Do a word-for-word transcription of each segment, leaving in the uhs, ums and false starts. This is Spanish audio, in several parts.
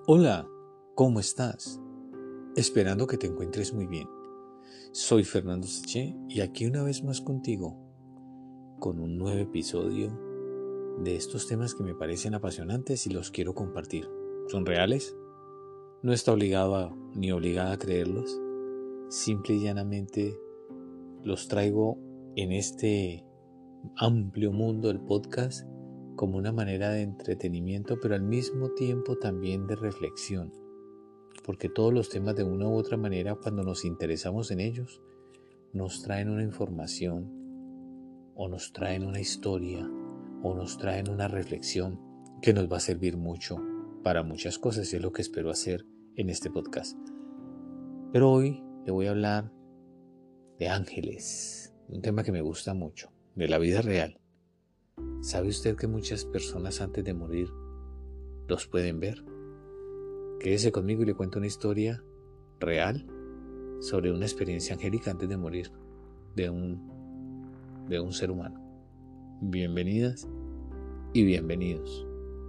Hola, ¿cómo estás? Esperando que te encuentres muy bien. Soy Fernando Seche y aquí una vez más contigo con un nuevo episodio de estos temas que me parecen apasionantes y los quiero compartir. ¿Son reales? No está obligado a, ni obligada a creerlos. Simple y llanamente los traigo en este amplio mundo del podcast como una manera de entretenimiento, pero al mismo tiempo también de reflexión. Porque todos los temas de una u otra manera, cuando nos interesamos en ellos, nos traen una información o nos traen una historia o nos traen una reflexión que nos va a servir mucho para muchas cosas, y es lo que espero hacer en este podcast. Pero hoy le voy a hablar de ángeles, un tema que me gusta mucho, de la vida real. ¿Sabe usted que muchas personas antes de morir los pueden ver? Quédese conmigo y le cuento una historia real sobre una experiencia angélica antes de morir de un, de un ser humano. Bienvenidas y bienvenidos.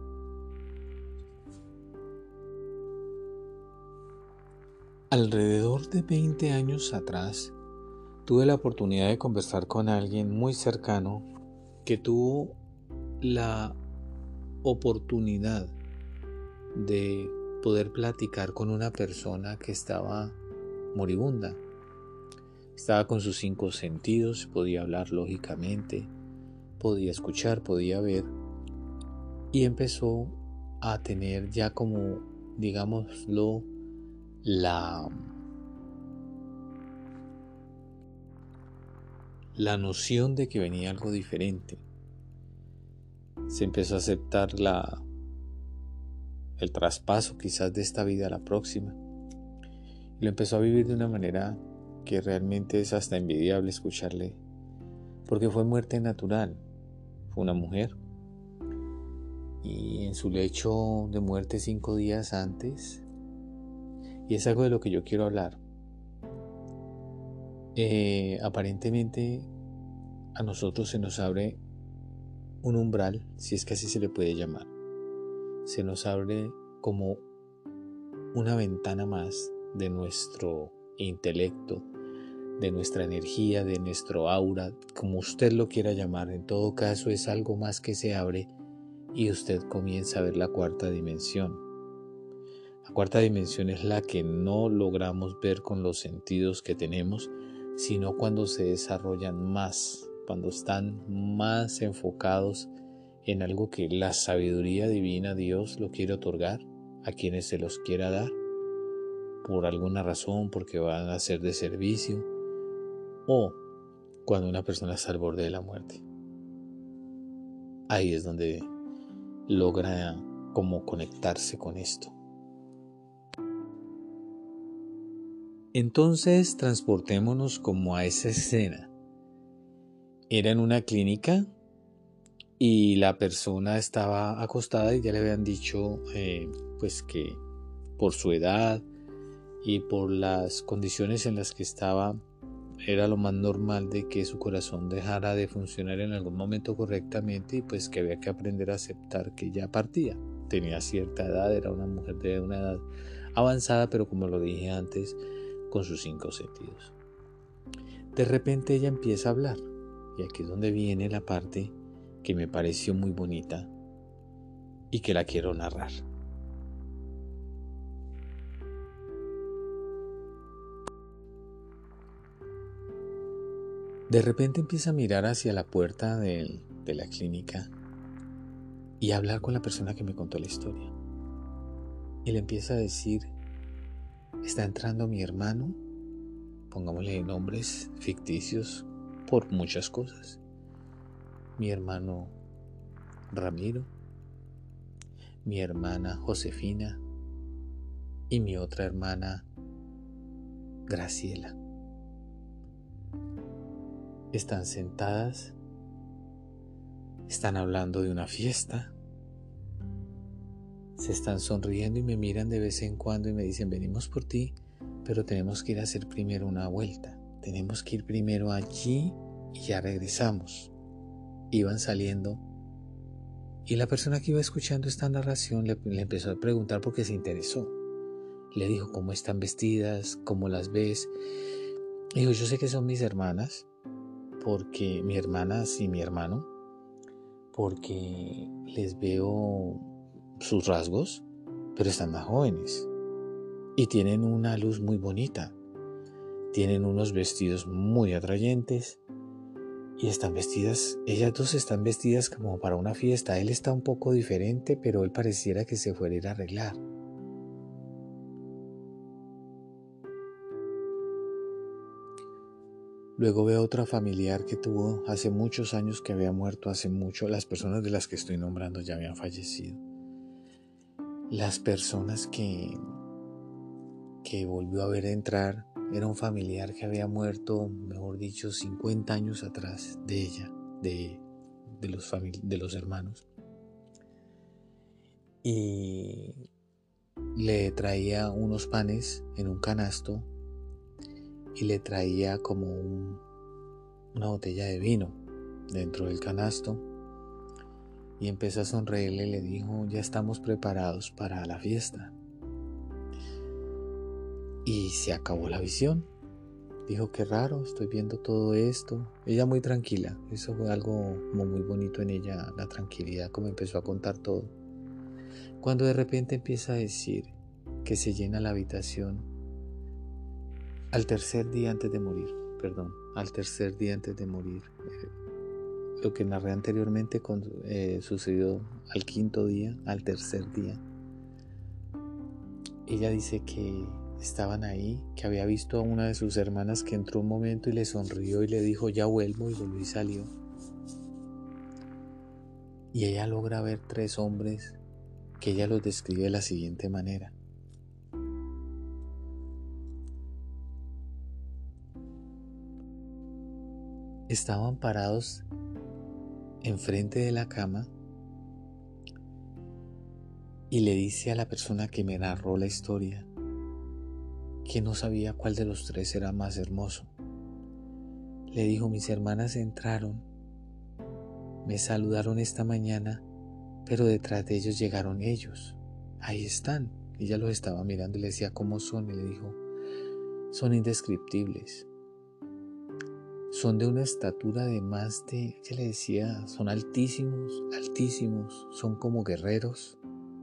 Alrededor de veinte años atrás, tuve la oportunidad de conversar con alguien muy cercano que tuvo la oportunidad de poder platicar con una persona que estaba moribunda. Estaba con sus cinco sentidos, podía hablar lógicamente, podía escuchar, podía ver, y empezó a tener ya como, digámoslo, la, la noción de que venía algo diferente. Se empezó a aceptar la, el traspaso quizás de esta vida a la próxima, y lo empezó a vivir de una manera que realmente es hasta envidiable escucharle, porque fue muerte natural. Fue una mujer, y en su lecho de muerte cinco días antes, y es algo de lo que yo quiero hablar. Eh, aparentemente a nosotros se nos abre un umbral, si es que así se le puede llamar. Se nos abre como una ventana más de nuestro intelecto, de nuestra energía, de nuestro aura, como usted lo quiera llamar. En todo caso, es algo más que se abre y usted comienza a ver la cuarta dimensión. La cuarta dimensión es la que no logramos ver con los sentidos que tenemos, sino cuando se desarrollan más, cuando están más enfocados en algo que la sabiduría divina, Dios, lo quiere otorgar a quienes se los quiera dar, por alguna razón, porque van a ser de servicio, o cuando una persona está al borde de la muerte. Ahí es donde logra como conectarse con esto. Entonces transportémonos como a esa escena. Era en una clínica y la persona estaba acostada y ya le habían dicho eh, pues que por su edad y por las condiciones en las que estaba, era lo más normal de que su corazón dejara de funcionar en algún momento correctamente, y pues que había que aprender a aceptar que ya partía. Tenía cierta edad, era una mujer de una edad avanzada, pero como lo dije antes, con sus cinco sentidos. De repente ella empieza a hablar, y aquí es donde viene la parte que me pareció muy bonita y que la quiero narrar. De repente empieza a mirar hacia la puerta de, de la clínica y a hablar con la persona que me contó la historia. Y le empieza a decir: está entrando mi hermano, pongámosle nombres ficticios por muchas cosas. Mi hermano Ramiro, mi hermana Josefina y mi otra hermana Graciela. Están sentadas, están hablando de una fiesta, se están sonriendo y me miran de vez en cuando y me dicen: venimos por ti, pero tenemos que ir a hacer primero una vuelta, tenemos que ir primero allí y ya regresamos. Iban saliendo Y la persona que iba escuchando esta narración le, le empezó a preguntar porque se interesó. Le dijo, ¿cómo están vestidas? ¿Cómo las ves? Dijo, yo sé que son mis hermanas, porque mis hermanas y mi hermano, porque les veo sus rasgos, pero están más jóvenes y tienen una luz muy bonita. Tienen unos vestidos muy atrayentes y están vestidas, ellas dos están vestidas como para una fiesta. Él está un poco diferente, pero él pareciera que se fuera a ir a arreglar. Luego veo otra familiar que tuvo hace muchos años, que había muerto hace mucho. Las personas de las que estoy nombrando ya habían fallecido. Las personas que, que volvió a ver entrar era un familiar que había muerto, mejor dicho, cincuenta años atrás de ella, de, de, los, famili- de los hermanos. Y le traía unos panes en un canasto y le traía como un, una botella de vino dentro del canasto. Y empezó a sonreírle y le dijo, ya estamos preparados para la fiesta. Y se acabó la visión. Dijo, qué raro, estoy viendo todo esto. Ella muy tranquila, eso fue algo como muy bonito en ella, la tranquilidad, como empezó a contar todo. Cuando de repente empieza a decir que se llena la habitación al tercer día antes de morir, perdón, al tercer día antes de morir. Eh, lo que narré anteriormente con, eh, sucedió al quinto día, al tercer día. Ella dice que estaban ahí, que había visto a una de sus hermanas que entró un momento y le sonrió y le dijo, ya vuelvo, y volvió y salió. Y ella logra ver tres hombres que ella los describe de la siguiente manera. Estaban parados enfrente de la cama y le dice a la persona que me narró la historia que no sabía cuál de los tres era más hermoso. Le dijo, mis hermanas entraron, me saludaron esta mañana, pero detrás de ellos llegaron ellos. Ahí están. Ella los estaba mirando y le decía, ¿cómo son? Y le dijo, son indescriptibles. Son de una estatura de más de, ella le decía, son altísimos, altísimos, son como guerreros.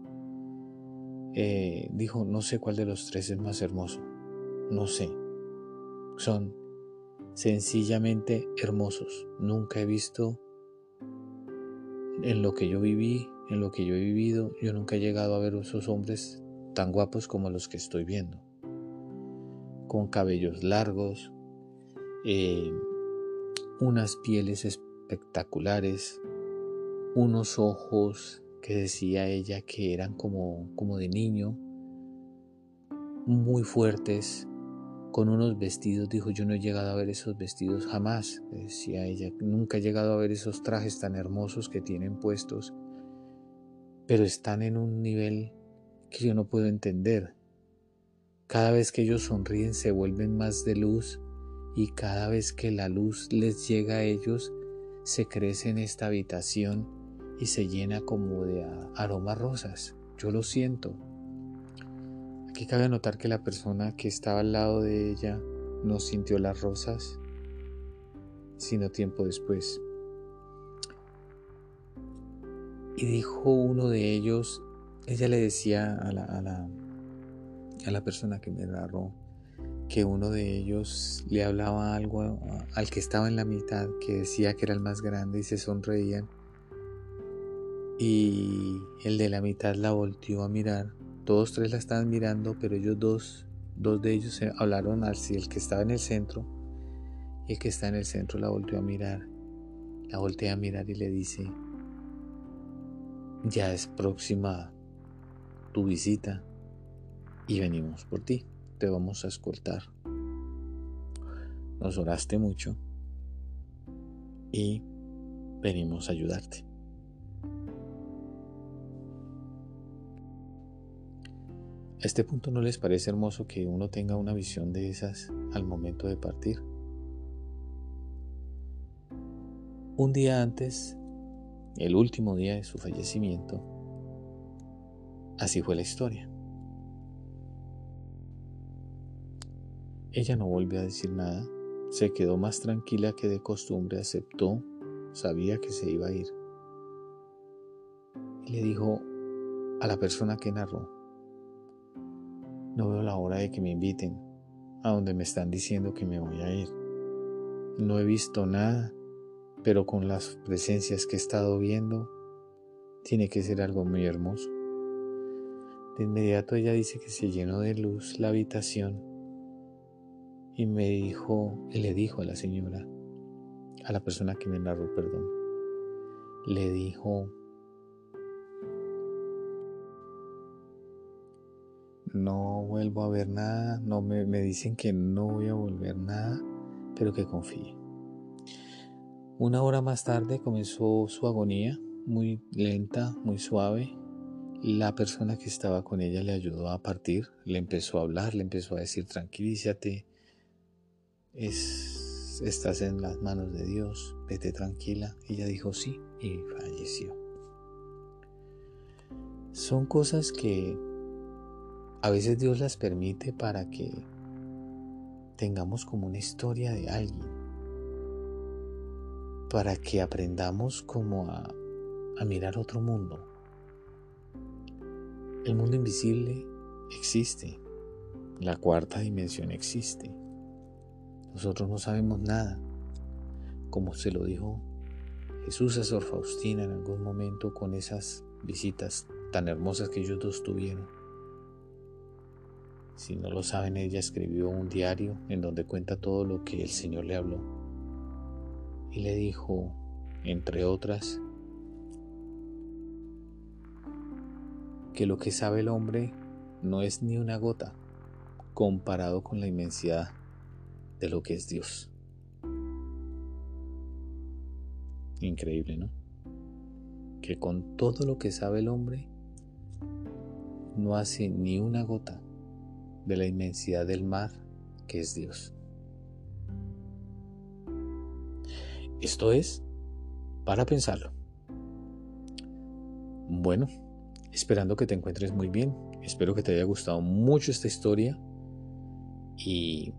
Eh, dijo, no sé cuál de los tres es más hermoso, no sé. Son sencillamente hermosos. Nunca he visto, en lo que yo viví, en lo que yo he vivido, yo nunca he llegado a ver esos hombres tan guapos como los que estoy viendo. Con cabellos largos, eh, unas pieles espectaculares, unos ojos que decía ella que eran como, como de niño, muy fuertes, con unos vestidos. Dijo, yo no he llegado a ver esos vestidos jamás, decía ella, nunca he llegado a ver esos trajes tan hermosos que tienen puestos, pero están en un nivel que yo no puedo entender. Cada vez que ellos sonríen se vuelven más de luz, y cada vez que la luz les llega a ellos se crece en esta habitación y se llena como de aromas rosas. Yo lo siento. Aquí cabe notar que la persona que estaba al lado de ella no sintió las rosas, sino tiempo después. Y dijo uno de ellos, ella le decía a la, a la, a la persona que me narró, que uno de ellos le hablaba algo a, al que estaba en la mitad, que decía que era el más grande, y se sonreían. Y el de la mitad la volteó a mirar. Todos tres la estaban mirando, pero ellos dos, dos de ellos hablaron hacia el que estaba en el centro, y el que está en el centro la volteó a mirar. La voltea a mirar y le dice, ya es próxima tu visita y venimos por ti, te vamos a escoltar. Nos oraste mucho y venimos a ayudarte. ¿A este punto no les parece hermoso que uno tenga una visión de esas al momento de partir? Un día antes el último día de su fallecimiento, así fue la historia. Ella no volvió a decir nada, se quedó más tranquila que de costumbre, aceptó, sabía que se iba a ir. Y le dijo a la persona que narró: no veo la hora de que me inviten a donde me están diciendo que me voy a ir. No he visto nada, pero con las presencias que he estado viendo, tiene que ser algo muy hermoso. De inmediato ella dice que se llenó de luz la habitación y me dijo, y le dijo a la señora, a la persona que me narró, perdón, le dijo: no vuelvo a ver nada, no me, me dicen que no voy a volver nada, pero que confíe. Una hora más tarde comenzó su agonía, muy lenta, muy suave. La persona que estaba con ella le ayudó a partir, le empezó a hablar, le empezó a decir: tranquilízate, es, estás en las manos de Dios, vete tranquila. Ella dijo sí y falleció. Son cosas que a veces Dios las permite para que tengamos como una historia de alguien, para que aprendamos como a, a mirar otro mundo. El mundo invisible existe, la cuarta dimensión existe. Nosotros no sabemos nada, como se lo dijo Jesús a Sor Faustina en algún momento con esas visitas tan hermosas que ellos dos tuvieron. Si no lo saben, ella escribió un diario en donde cuenta todo lo que el Señor le habló. Y le dijo, entre otras, que lo que sabe el hombre no es ni una gota comparado con la inmensidad de lo que es Dios. Increíble, ¿no? Que con todo lo que sabe el hombre no hace ni una gota de la inmensidad del mar que es Dios. Esto es para pensarlo. Bueno, esperando que te encuentres muy bien. Espero que te haya gustado mucho esta historia y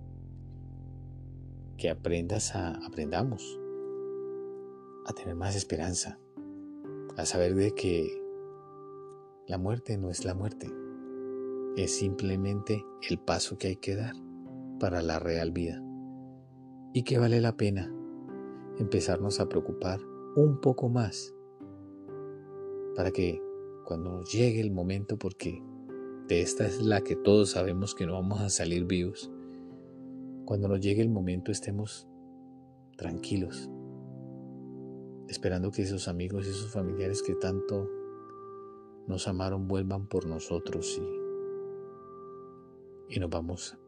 que aprendas a, aprendamos a tener más esperanza, a saber de que la muerte no es la muerte, es simplemente el paso que hay que dar para la real vida y que vale la pena empezarnos a preocupar un poco más para que cuando nos llegue el momento, porque de esta es la que todos sabemos que no vamos a salir vivos, cuando nos llegue el momento estemos tranquilos, esperando que esos amigos y esos familiares que tanto nos amaron vuelvan por nosotros y, y nos vamos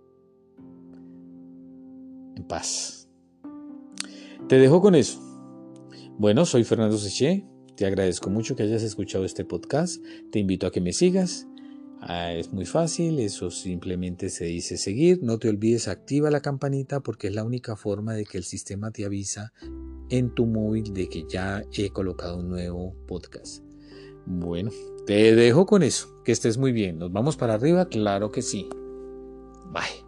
en paz. Te dejo con eso. Bueno, soy Fernando Seché. Te agradezco mucho que hayas escuchado este podcast. Te invito a que me sigas. Ah, es muy fácil, eso simplemente se dice seguir. No te olvides, activa la campanita porque es la única forma de que el sistema te avisa en tu móvil de que ya he colocado un nuevo podcast. Bueno, te dejo con eso. Que estés muy bien. ¿Nos vamos para arriba? Claro que sí. Bye.